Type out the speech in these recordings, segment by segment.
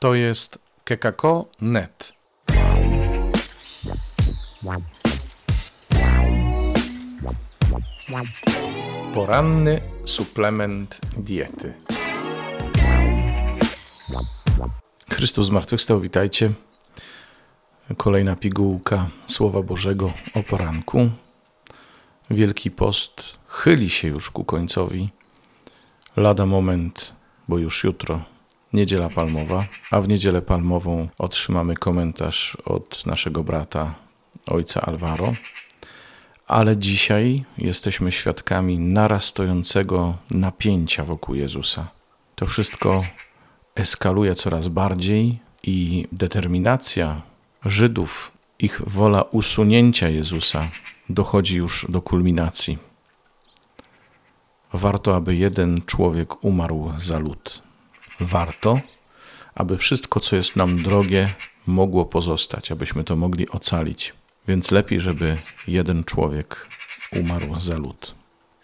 To jest kekako.net. Poranny suplement diety. Chrystus zmartwychwstał, witajcie. Kolejna pigułka Słowa Bożego o poranku. Wielki Post chyli się już ku końcowi. Lada moment, bo już jutro Niedziela Palmowa, a w Niedzielę Palmową otrzymamy komentarz od naszego brata, ojca Alvaro. Ale dzisiaj jesteśmy świadkami narastającego napięcia wokół Jezusa. To wszystko eskaluje coraz bardziej i determinacja Żydów, ich wola usunięcia Jezusa dochodzi już do kulminacji. Warto, aby jeden człowiek umarł za lud. Warto, aby wszystko, co jest nam drogie, mogło pozostać, abyśmy to mogli ocalić. Więc lepiej, żeby jeden człowiek umarł za lud.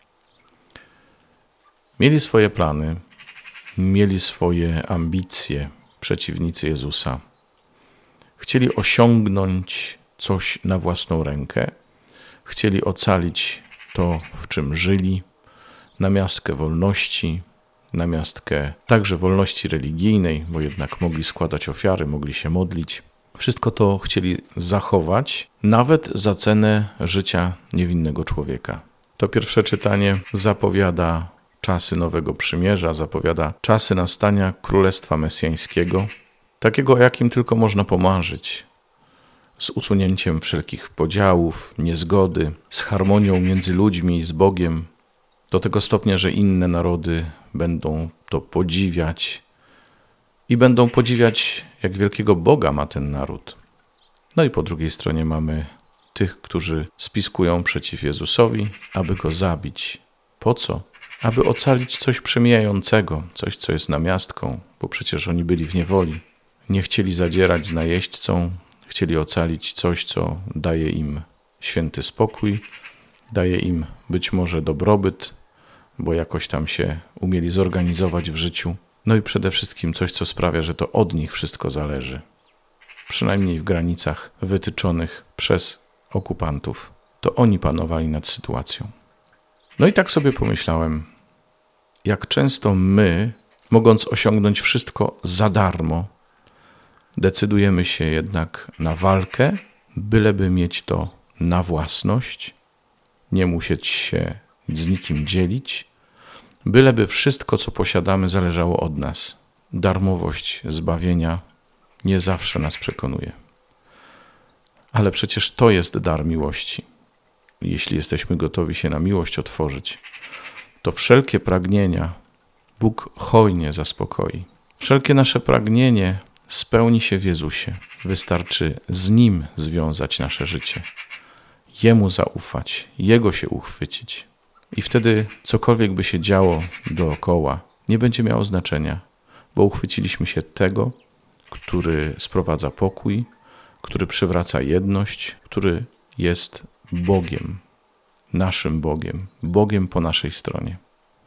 Mieli swoje plany, mieli swoje ambicje przeciwnicy Jezusa. Chcieli osiągnąć coś na własną rękę. Chcieli ocalić to, w czym żyli, namiastkę wolności, namiastkę także wolności religijnej, bo jednak mogli składać ofiary, mogli się modlić. Wszystko to chcieli zachować, nawet za cenę życia niewinnego człowieka. To pierwsze czytanie zapowiada czasy Nowego Przymierza, zapowiada czasy nastania Królestwa Mesjańskiego, takiego, o jakim tylko można pomarzyć, z usunięciem wszelkich podziałów, niezgody, z harmonią między ludźmi i z Bogiem, do tego stopnia, że inne narody będą to podziwiać i będą podziwiać, jak wielkiego Boga ma ten naród. No i po drugiej stronie mamy tych, którzy spiskują przeciw Jezusowi, aby Go zabić. Po co? Aby ocalić coś przemijającego, coś, co jest namiastką, bo przecież oni byli w niewoli. Nie chcieli zadzierać z najeźdźcą, chcieli ocalić coś, co daje im święty spokój, daje im być może dobrobyt, bo jakoś tam się umieli zorganizować w życiu. No i przede wszystkim coś, co sprawia, że to od nich wszystko zależy. Przynajmniej w granicach wytyczonych przez okupantów. To oni panowali nad sytuacją. No i tak sobie pomyślałem, jak często my, mogąc osiągnąć wszystko za darmo, decydujemy się jednak na walkę, byleby mieć to na własność, nie musieć się z nikim dzielić, byleby wszystko, co posiadamy, zależało od nas. Darmowość zbawienia nie zawsze nas przekonuje. Ale przecież to jest dar miłości. Jeśli jesteśmy gotowi się na miłość otworzyć, to wszelkie pragnienia Bóg hojnie zaspokoi. Wszelkie nasze pragnienie spełni się w Jezusie. Wystarczy z Nim związać nasze życie. Jemu zaufać, Jego się uchwycić. I wtedy cokolwiek by się działo dookoła, nie będzie miało znaczenia, bo uchwyciliśmy się tego, który sprowadza pokój, który przywraca jedność, który jest Bogiem, naszym Bogiem, Bogiem po naszej stronie.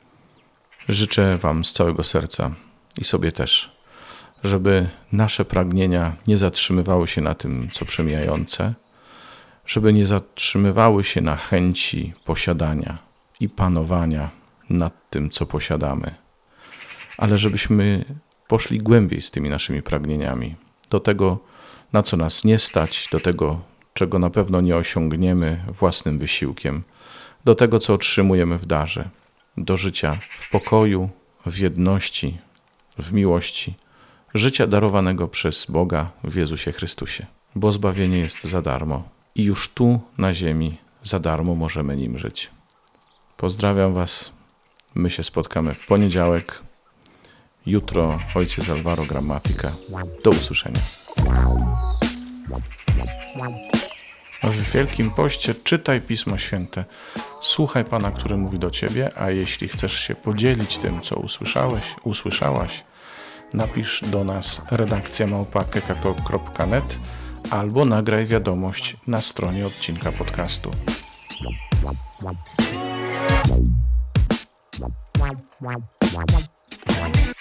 Życzę Wam z całego serca i sobie też, żeby nasze pragnienia nie zatrzymywały się na tym, co przemijające, żeby nie zatrzymywały się na chęci posiadania i panowania nad tym, co posiadamy, ale żebyśmy poszli głębiej z tymi naszymi pragnieniami, do tego, na co nas nie stać, do tego, czego na pewno nie osiągniemy własnym wysiłkiem, do tego, co otrzymujemy w darze, do życia w pokoju, w jedności, w miłości, życia darowanego przez Boga w Jezusie Chrystusie, bo zbawienie jest za darmo i już tu na ziemi za darmo możemy nim żyć. Pozdrawiam Was. My się spotkamy w poniedziałek. Jutro ojciec Alvaro Gramatika. Do usłyszenia. W Wielkim Poście czytaj Pismo Święte. Słuchaj Pana, który mówi do Ciebie, a jeśli chcesz się podzielić tym, co usłyszałaś, napisz do nas redakcja@kekako.net albo nagraj wiadomość na stronie odcinka podcastu. Wow.